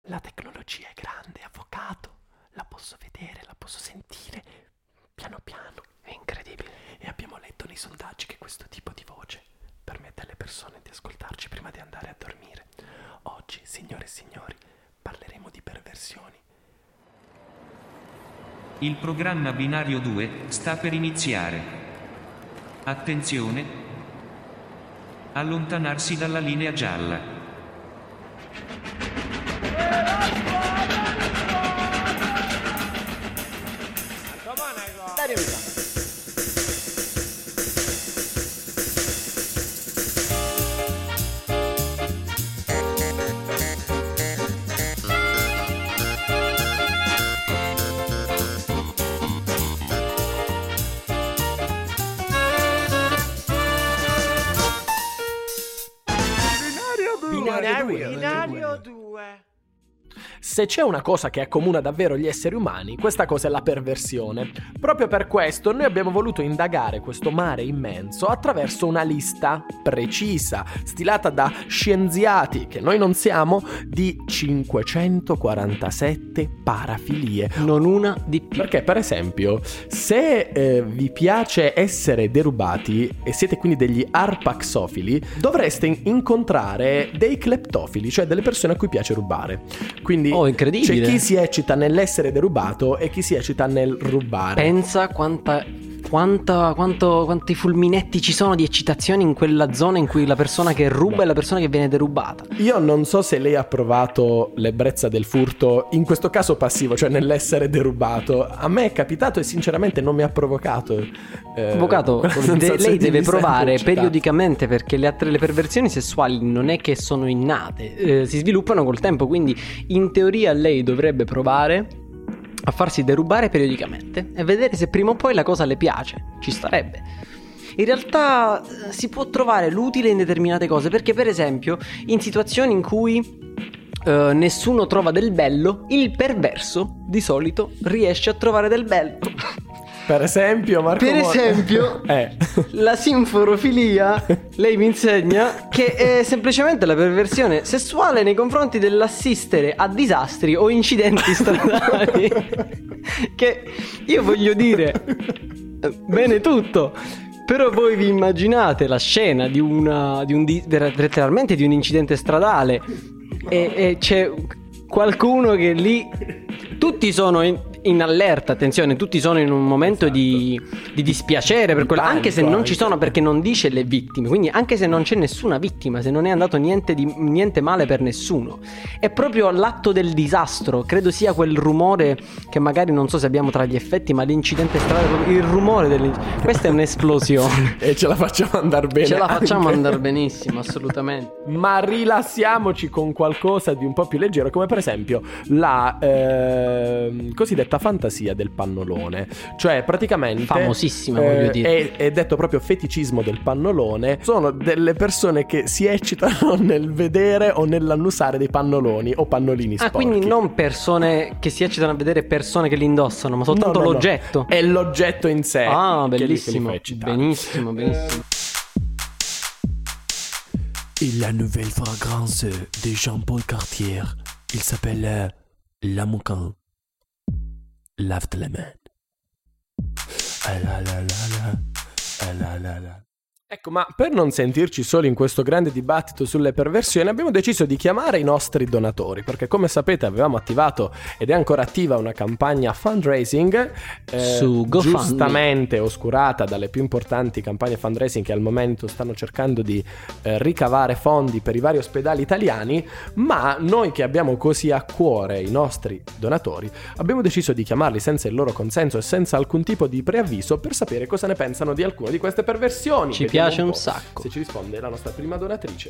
La tecnologia è grande, avvocato. La posso vedere, la posso sentire, piano piano. È incredibile. E abbiamo letto nei sondaggi che questo tipo di voce permette alle persone di ascoltarci prima di andare a dormire. Oggi, signore e signori, parleremo di perversioni. Il programma Binario 2 sta per iniziare. Attenzione! Allontanarsi dalla linea gialla. Binario 2. Se c'è una cosa che accomuna davvero gli esseri umani, questa cosa è la perversione. Proprio per questo noi abbiamo voluto indagare questo mare immenso attraverso una lista precisa, stilata da scienziati, che noi non siamo, di 547 parafilie. Non una di più. Perché, per esempio, se vi piace essere derubati e siete quindi degli arpaxofili, dovreste incontrare dei cleptofili, cioè delle persone a cui piace rubare. Quindi incredibile. c'è chi si eccita nell'essere derubato e chi si eccita nel rubare. Pensa quanti fulminetti ci sono di eccitazione in quella zona in cui la persona che ruba è la persona che viene derubata. Io non so se lei ha provato l'ebbrezza del furto, in questo caso passivo, cioè nell'essere derubato. A me è capitato e sinceramente non mi ha provocato. Avvocato, lei deve provare periodicamente, perché le perversioni sessuali non è che sono innate, si sviluppano col tempo, quindi in teoria lei dovrebbe provare a farsi derubare periodicamente e vedere se prima o poi la cosa le piace. Ci starebbe. In realtà si può trovare l'utile in determinate cose, perché per esempio in situazioni in cui nessuno trova del bello, il perverso di solito riesce a trovare del bello. Per esempio, Marco. Per esempio, la sinforofilia, lei mi insegna che è semplicemente la perversione sessuale nei confronti dell'assistere a disastri o incidenti stradali. Che io voglio dire, bene tutto, però voi vi immaginate la scena letteralmente di un incidente stradale e c'è qualcuno che lì, tutti sono in allerta, attenzione, tutti sono in un momento di dispiacere per quello, anche se non ci sono, perché non dice le vittime, quindi anche se non c'è nessuna vittima, se non è andato niente male per nessuno, è proprio l'atto del disastro. Credo sia quel rumore che magari non so se abbiamo tra gli effetti, ma l'incidente stradale, il rumore questa è un'esplosione e ce la facciamo andare bene, ce la facciamo andare benissimo, assolutamente. Ma rilassiamoci con qualcosa di un po' più leggero, come per esempio la cosiddetta fantasia del pannolone, cioè praticamente famosissima, voglio dire, è detto proprio feticismo del pannolone. Sono delle persone che si eccitano nel vedere o nell'annusare dei pannoloni o pannolini sporchi. Quindi non persone che si eccitano a vedere persone che li indossano, ma soltanto l'oggetto. No. È l'oggetto in sé. Bellissimo, benissimo. La nouvelle fragrance de Jean-Paul Cartier, il s'appelle La Mouquin. Lave les mains. Ecco, ma per non sentirci soli in questo grande dibattito sulle perversioni, abbiamo deciso di chiamare i nostri donatori, perché come sapete avevamo attivato ed è ancora attiva una campagna fundraising su GoFundMe, giustamente oscurata dalle più importanti campagne fundraising che al momento stanno cercando di ricavare fondi per i vari ospedali italiani. Ma noi, che abbiamo così a cuore i nostri donatori, abbiamo deciso di chiamarli senza il loro consenso e senza alcun tipo di preavviso per sapere cosa ne pensano di alcune di queste perversioni. Ci piace un sacco. Se ci risponde la nostra prima donatrice.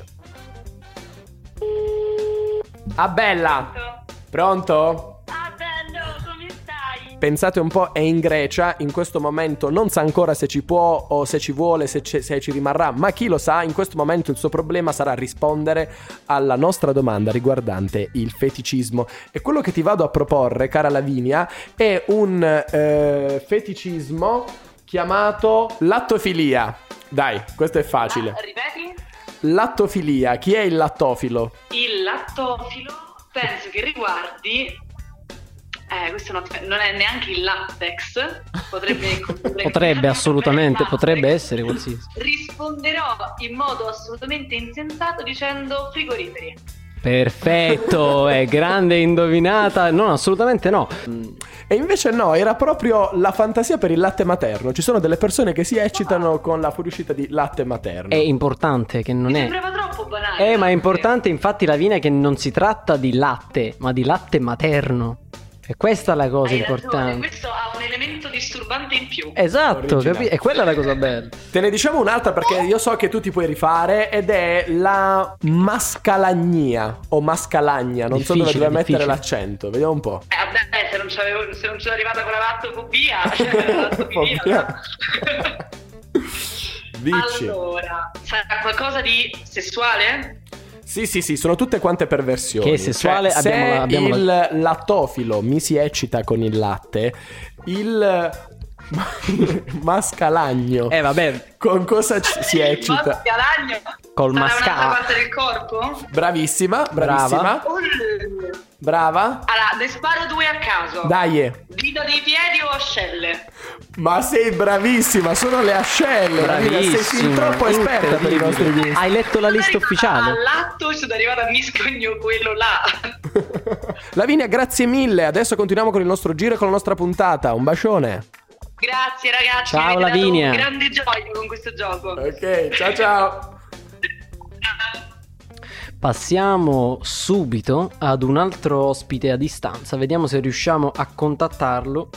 Bella. Pronto? Bello, come stai? Pensate un po', è in Grecia in questo momento, non sa ancora se ci può o se ci vuole, se ci rimarrà, ma chi lo sa. In questo momento il suo problema sarà rispondere alla nostra domanda riguardante il feticismo. E quello che ti vado a proporre, cara Lavinia, è un feticismo chiamato lattofilia. Dai, questo è facile. Ripeti? Lattofilia. Chi è il lattofilo? Il lattofilo penso che riguardi questo non è neanche il latex, potrebbe assolutamente, potrebbe essere qualsiasi. Risponderò in modo assolutamente insensato dicendo frigoriferi. Perfetto, è grande indovinata. No, assolutamente no. E invece no, era proprio la fantasia per il latte materno. Ci sono delle persone che si eccitano con la fuoriuscita di latte materno. È importante che non Mi è. sembrava troppo banale. Ma è importante, infatti, Lavinia, che non si tratta di latte, ma di latte materno. E questa è la cosa Hai importante. ragione, questo ha un elemento disturbante in più. Esatto, e quella è la cosa bella. Te ne diciamo un'altra perché io so che tu ti puoi rifare, ed è la mascalagnia o mascalagna. Non so dove deve mettere l'accento. Vediamo un po'. Vabbè, se non sono arrivata con la lattofobia, Dici. Allora, sarà qualcosa di sessuale? Sì, sono tutte quante perversioni. Che sessuale, cioè, abbiamo se il lattofilo mi si eccita con il latte, il mascalagno Vabbè, con cosa si eccita? Mascalagno Col sarà mascara. un'altra parte del corpo? Bravissima. Brava. Allora, ne sparo due a caso. Dai. Dito dei piedi o ascelle? Ma sei bravissima, sono le ascelle. Bravissima, sei fin troppo esperta per i nostri gusti. Hai letto la lista ufficiale? Al latto sono arrivata a miscogno quello là. Lavinia, grazie mille. Adesso continuiamo con il nostro giro e con la nostra puntata. Un bacione. Grazie ragazzi. Ciao, mi avete dato Lavinia. un grande gioia con questo gioco. Ok, ciao. Passiamo subito ad un altro ospite a distanza. Vediamo se riusciamo a contattarlo.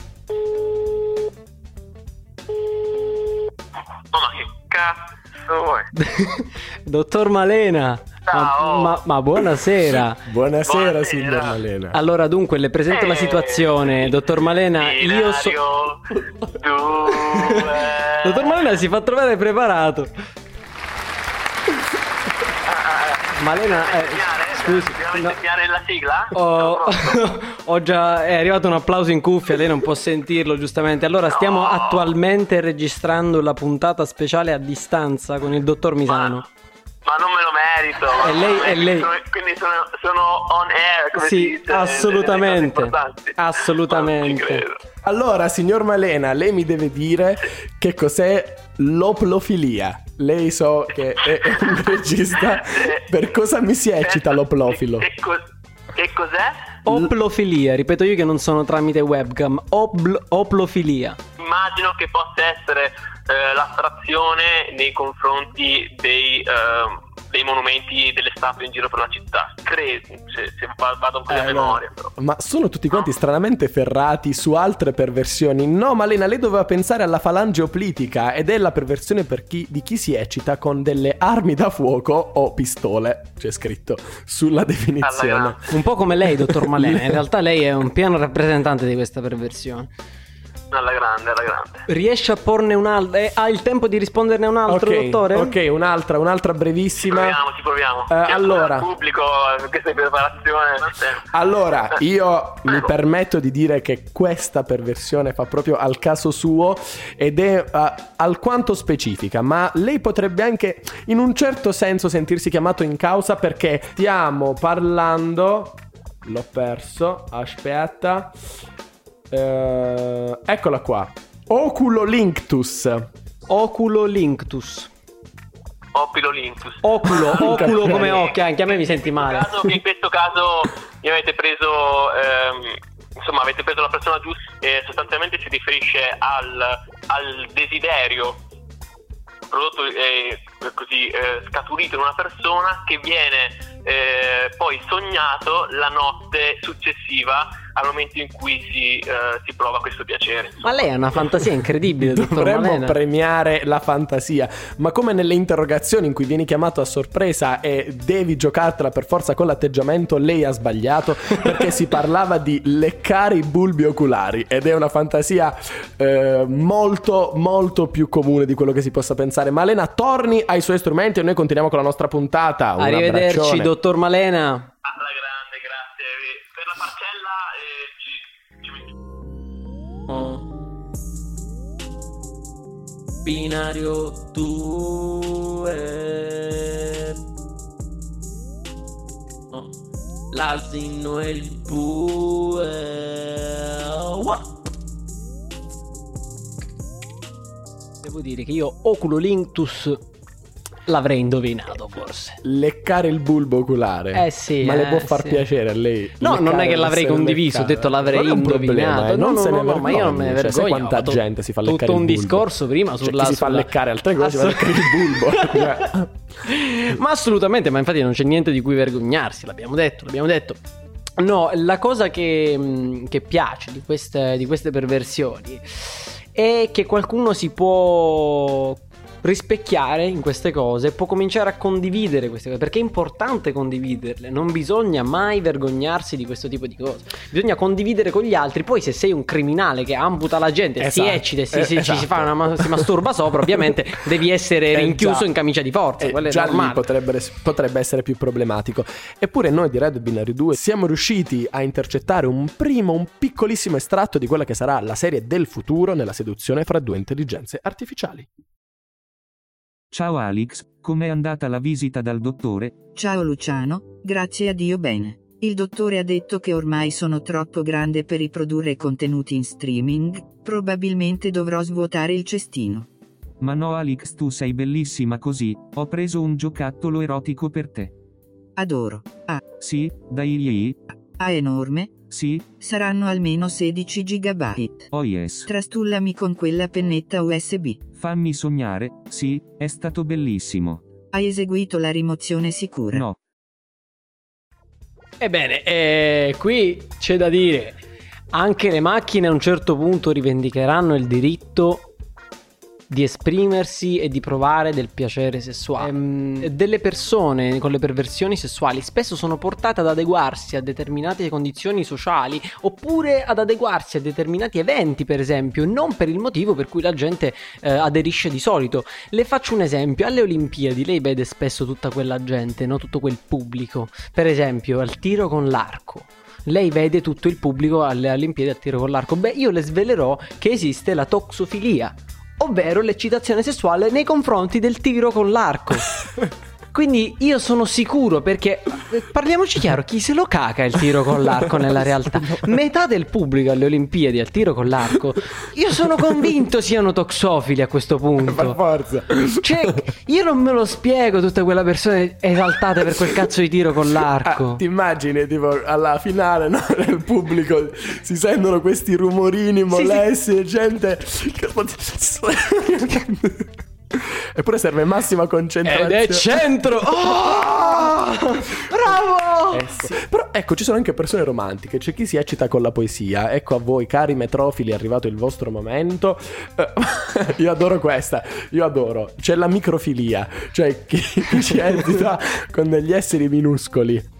Ma che cazzo vuoi? Dottor Malena. Ciao. Ma buonasera. Buonasera, signor Malena. Allora, dunque, le presento la situazione. Dottor Malena, io sono... Dottor Malena si fa trovare preparato. Malena, scusi, dobbiamo insegnare la sigla? ho già, è arrivato un applauso in cuffia, lei non può sentirlo giustamente. Allora, stiamo attualmente registrando la puntata speciale a distanza con il dottor Misano. Ma non me lo merito. E lei. Quindi sono on air, come si Sì, dice, assolutamente. Non ci credo. Allora, signor Malena, lei mi deve dire che cos'è l'oplofilia. Lei so che è un regista. Per cosa mi si eccita l'oplofilo? Che cos'è? Oplofilia, ripeto io che non sono tramite webcam. Oplofilia. Immagino che possa essere l'attrazione nei confronti dei monumenti, delle statue in giro per la città. Credo, se vado un po' a memoria. Però. Ma sono tutti quanti stranamente ferrati su altre perversioni. No, Malena, lei doveva pensare alla falange oplitica, ed è la perversione di chi si eccita con delle armi da fuoco o pistole, c'è scritto sulla definizione. Un po' come lei, dottor Malena. In realtà lei è un pieno rappresentante di questa perversione. Alla grande. Riesce a porne un'altra? Ha il tempo di risponderne un altro, dottore? Ok, un'altra brevissima. Ci proviamo. Allora, pubblico, questa preparazione. Allora, io mi permetto di dire che questa perversione fa proprio al caso suo ed è alquanto specifica, ma lei potrebbe anche in un certo senso sentirsi chiamato in causa, perché stiamo parlando... L'ho perso, aspetta... eccola qua. Oculolinctus. Oculolinctus. Oculo come occhio, anche a me mi senti male. In questo caso mi avete preso avete preso la persona giusta, e sostanzialmente si riferisce al desiderio prodotto così scaturito in una persona, che viene poi sognato la notte successiva al momento in cui si prova questo piacere. Ma lei ha una fantasia incredibile, dottor Dovremmo Malena. premiare la fantasia, ma come nelle interrogazioni in cui vieni chiamato a sorpresa e devi giocartela per forza con l'atteggiamento, lei ha sbagliato, perché si parlava di leccare i bulbi oculari, ed è una fantasia molto molto più comune di quello che si possa pensare. Malena torni ai suoi strumenti e noi continuiamo con la nostra puntata. Un Arrivederci, abbraccione. dottor Malena. Alla grande, grazie. Per la parcella Binario 2. l'asino e il bue. Devo dire che io Oculolinctus l'avrei indovinato forse. Leccare il bulbo oculare. Sì. Ma le può far piacere a lei? No, non è che l'avrei condiviso, ho detto l'avrei indovinato. Non se ne ma io non me ne vergogno. Sai quanta gente si fa leccare tutto il un bulbo? discorso prima sulla... Chi si fa leccare altre cose, si fa leccare il bulbo. Ma assolutamente, ma infatti non c'è niente di cui vergognarsi, l'abbiamo detto. No, la cosa che piace di queste perversioni è che qualcuno si può rispecchiare in queste cose, può cominciare a condividere queste cose, perché è importante condividerle, non bisogna mai vergognarsi di questo tipo di cose, bisogna condividere con gli altri. Poi se sei un criminale che amputa la gente, si eccita, si masturba sopra, ovviamente devi essere rinchiuso in camicia di forza, quello è già normale. Lì potrebbe essere più problematico. Eppure noi di Red Binary 2 siamo riusciti a intercettare un piccolissimo estratto di quella che sarà la serie del futuro nella seduzione fra due intelligenze artificiali. Ciao Alex, com'è andata la visita dal dottore? Ciao Luciano, grazie a Dio bene. Il dottore ha detto che ormai sono troppo grande per riprodurre contenuti in streaming, probabilmente dovrò svuotare il cestino. Ma no Alex, tu sei bellissima così, ho preso un giocattolo erotico per te. Adoro. Sì, dai. Enorme? Sì. Saranno almeno 16 GB. Oh yes. Trastullami con quella pennetta USB. Fammi sognare, sì, è stato bellissimo. Hai eseguito la rimozione sicura? No. Ebbene, qui c'è da dire, anche le macchine a un certo punto rivendicheranno il diritto di esprimersi e di provare del piacere sessuale. Delle persone con le perversioni sessuali spesso sono portate ad adeguarsi a determinate condizioni sociali, oppure ad adeguarsi a determinati eventi, per esempio, non per il motivo per cui la gente aderisce di solito. Le faccio un esempio: alle Olimpiadi lei vede spesso tutta quella gente, no? Tutto quel pubblico, per esempio al tiro con l'arco. Lei vede tutto il pubblico alle Olimpiadi al tiro con l'arco. Beh, io le svelerò che esiste la toxofilia, ovvero l'eccitazione sessuale nei confronti del tiro con l'arco. Quindi io sono sicuro, perché parliamoci chiaro, chi se lo caca il tiro con l'arco nella realtà? Metà del pubblico alle Olimpiadi al tiro con l'arco, io sono convinto siano toxofili a questo punto. Per forza. Cioè, io non me lo spiego, tutte quelle persone esaltate per quel cazzo di tiro con l'arco. Ti immagini tipo alla finale, no? Nel pubblico si sentono questi rumorini molesti e gente eppure serve massima concentrazione. Ed è centro. Oh! Bravo! Sì. Però ecco, ci sono anche persone romantiche. C'è chi si eccita con la poesia. Ecco a voi, cari metrofili, è arrivato il vostro momento. Io adoro questa. C'è la microfilia, cioè chi si eccita con degli esseri minuscoli.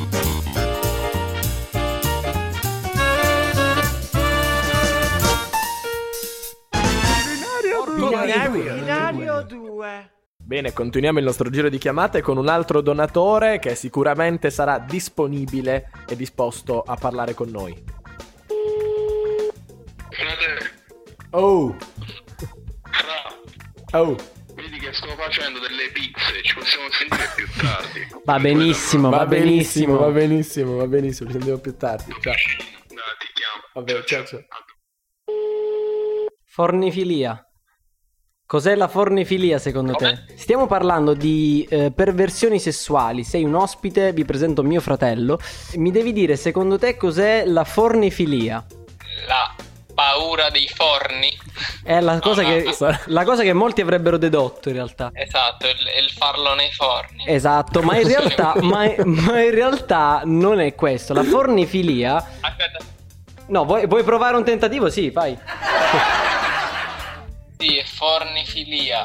Binario 2. Bene, continuiamo il nostro giro di chiamate con un altro donatore che sicuramente sarà disponibile e disposto a parlare con noi. Oh. Vedi che sto facendo delle pizze, ci possiamo sentire più tardi. Va benissimo, va benissimo, ci sentiamo più tardi. Ciao. Dai, ti chiamo. Vabbè, ciao. Fornifilia. Cos'è la fornifilia secondo te? Stiamo parlando di perversioni sessuali. Sei un ospite, vi presento mio fratello. Mi devi dire secondo te cos'è la fornifilia? La paura dei forni. È la cosa che molti avrebbero dedotto in realtà. Esatto, il farlo nei forni. Esatto, ma in realtà ma in realtà non è questo. La fornifilia. Aspetta. No, vuoi provare un tentativo? Sì, vai. Sì, fornifilia.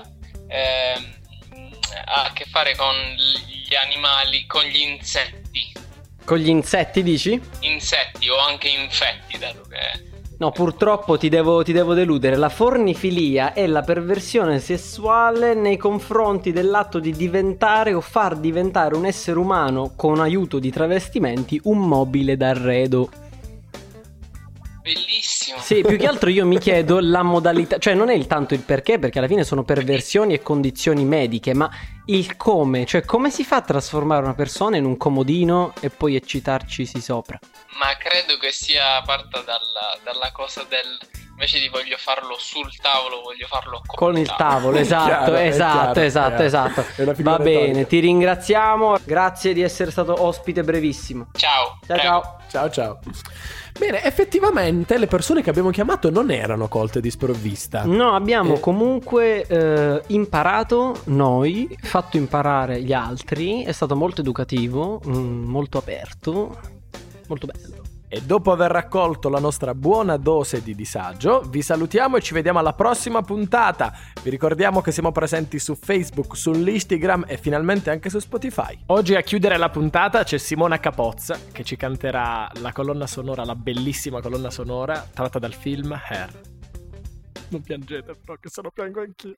Ha a che fare con gli animali, con gli insetti. Con gli insetti dici? Insetti o anche infetti, dato che... No, purtroppo ti devo deludere. La fornifilia è la perversione sessuale nei confronti dell'atto di diventare o far diventare un essere umano, con aiuto di travestimenti, un mobile d'arredo. Bellissimo. bellissimo. Sì, più che altro io mi chiedo la modalità, cioè non è tanto il perché, perché alla fine sono perversioni e condizioni mediche, ma il come, cioè come si fa a trasformare una persona in un comodino e poi eccitarcisi sopra? Ma credo che sia parta dalla cosa del... Invece di voglio farlo sul tavolo, voglio farlo Con il tavolo, esatto, Chiaro, esatto. È una figura Va bene, retorica. ti ringraziamo, grazie di essere stato ospite brevissimo. Ciao. Ciao. Ciao. Bene, effettivamente le persone che abbiamo chiamato non erano colte di sprovvista. No, abbiamo comunque imparato noi, fatto imparare gli altri, è stato molto educativo, molto aperto, molto bello. E dopo aver raccolto la nostra buona dose di disagio, vi salutiamo e ci vediamo alla prossima puntata. Vi ricordiamo che siamo presenti su Facebook, sull'Instagram e finalmente anche su Spotify. Oggi a chiudere la puntata c'è Simona Capozza che ci canterà la colonna sonora, la bellissima colonna sonora tratta dal film Hair. Non piangete però, che se no piango anch'io.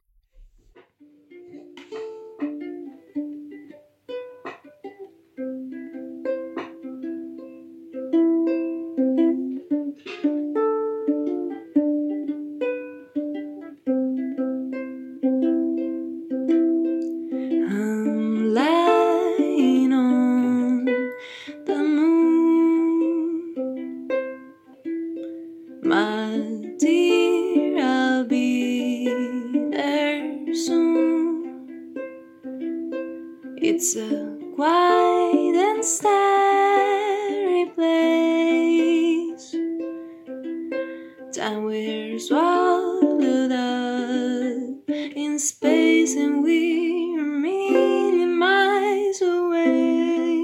I'm lying on the moon, my dear, I'll be there soon. It's a quiet and starry place. Time we're swallowed up in space and we're a million miles away.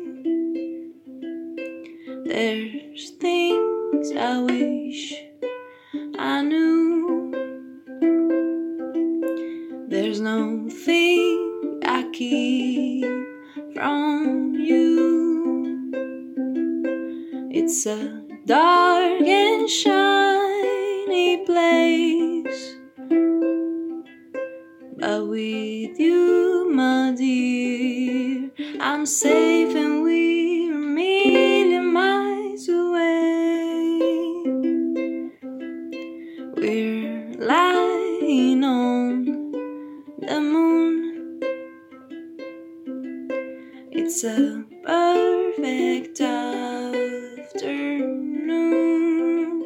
There's things I wish I knew. There's no thing I keep from you. It's a dark and shiny place, but with you, my dear, I'm safe and we're a million miles away. We're lying on the moon. It's a perfect afternoon.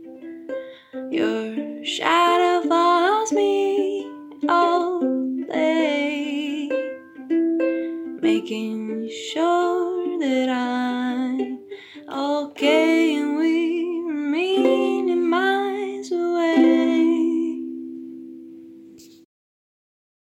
Your shadow follows me all day, making sure that I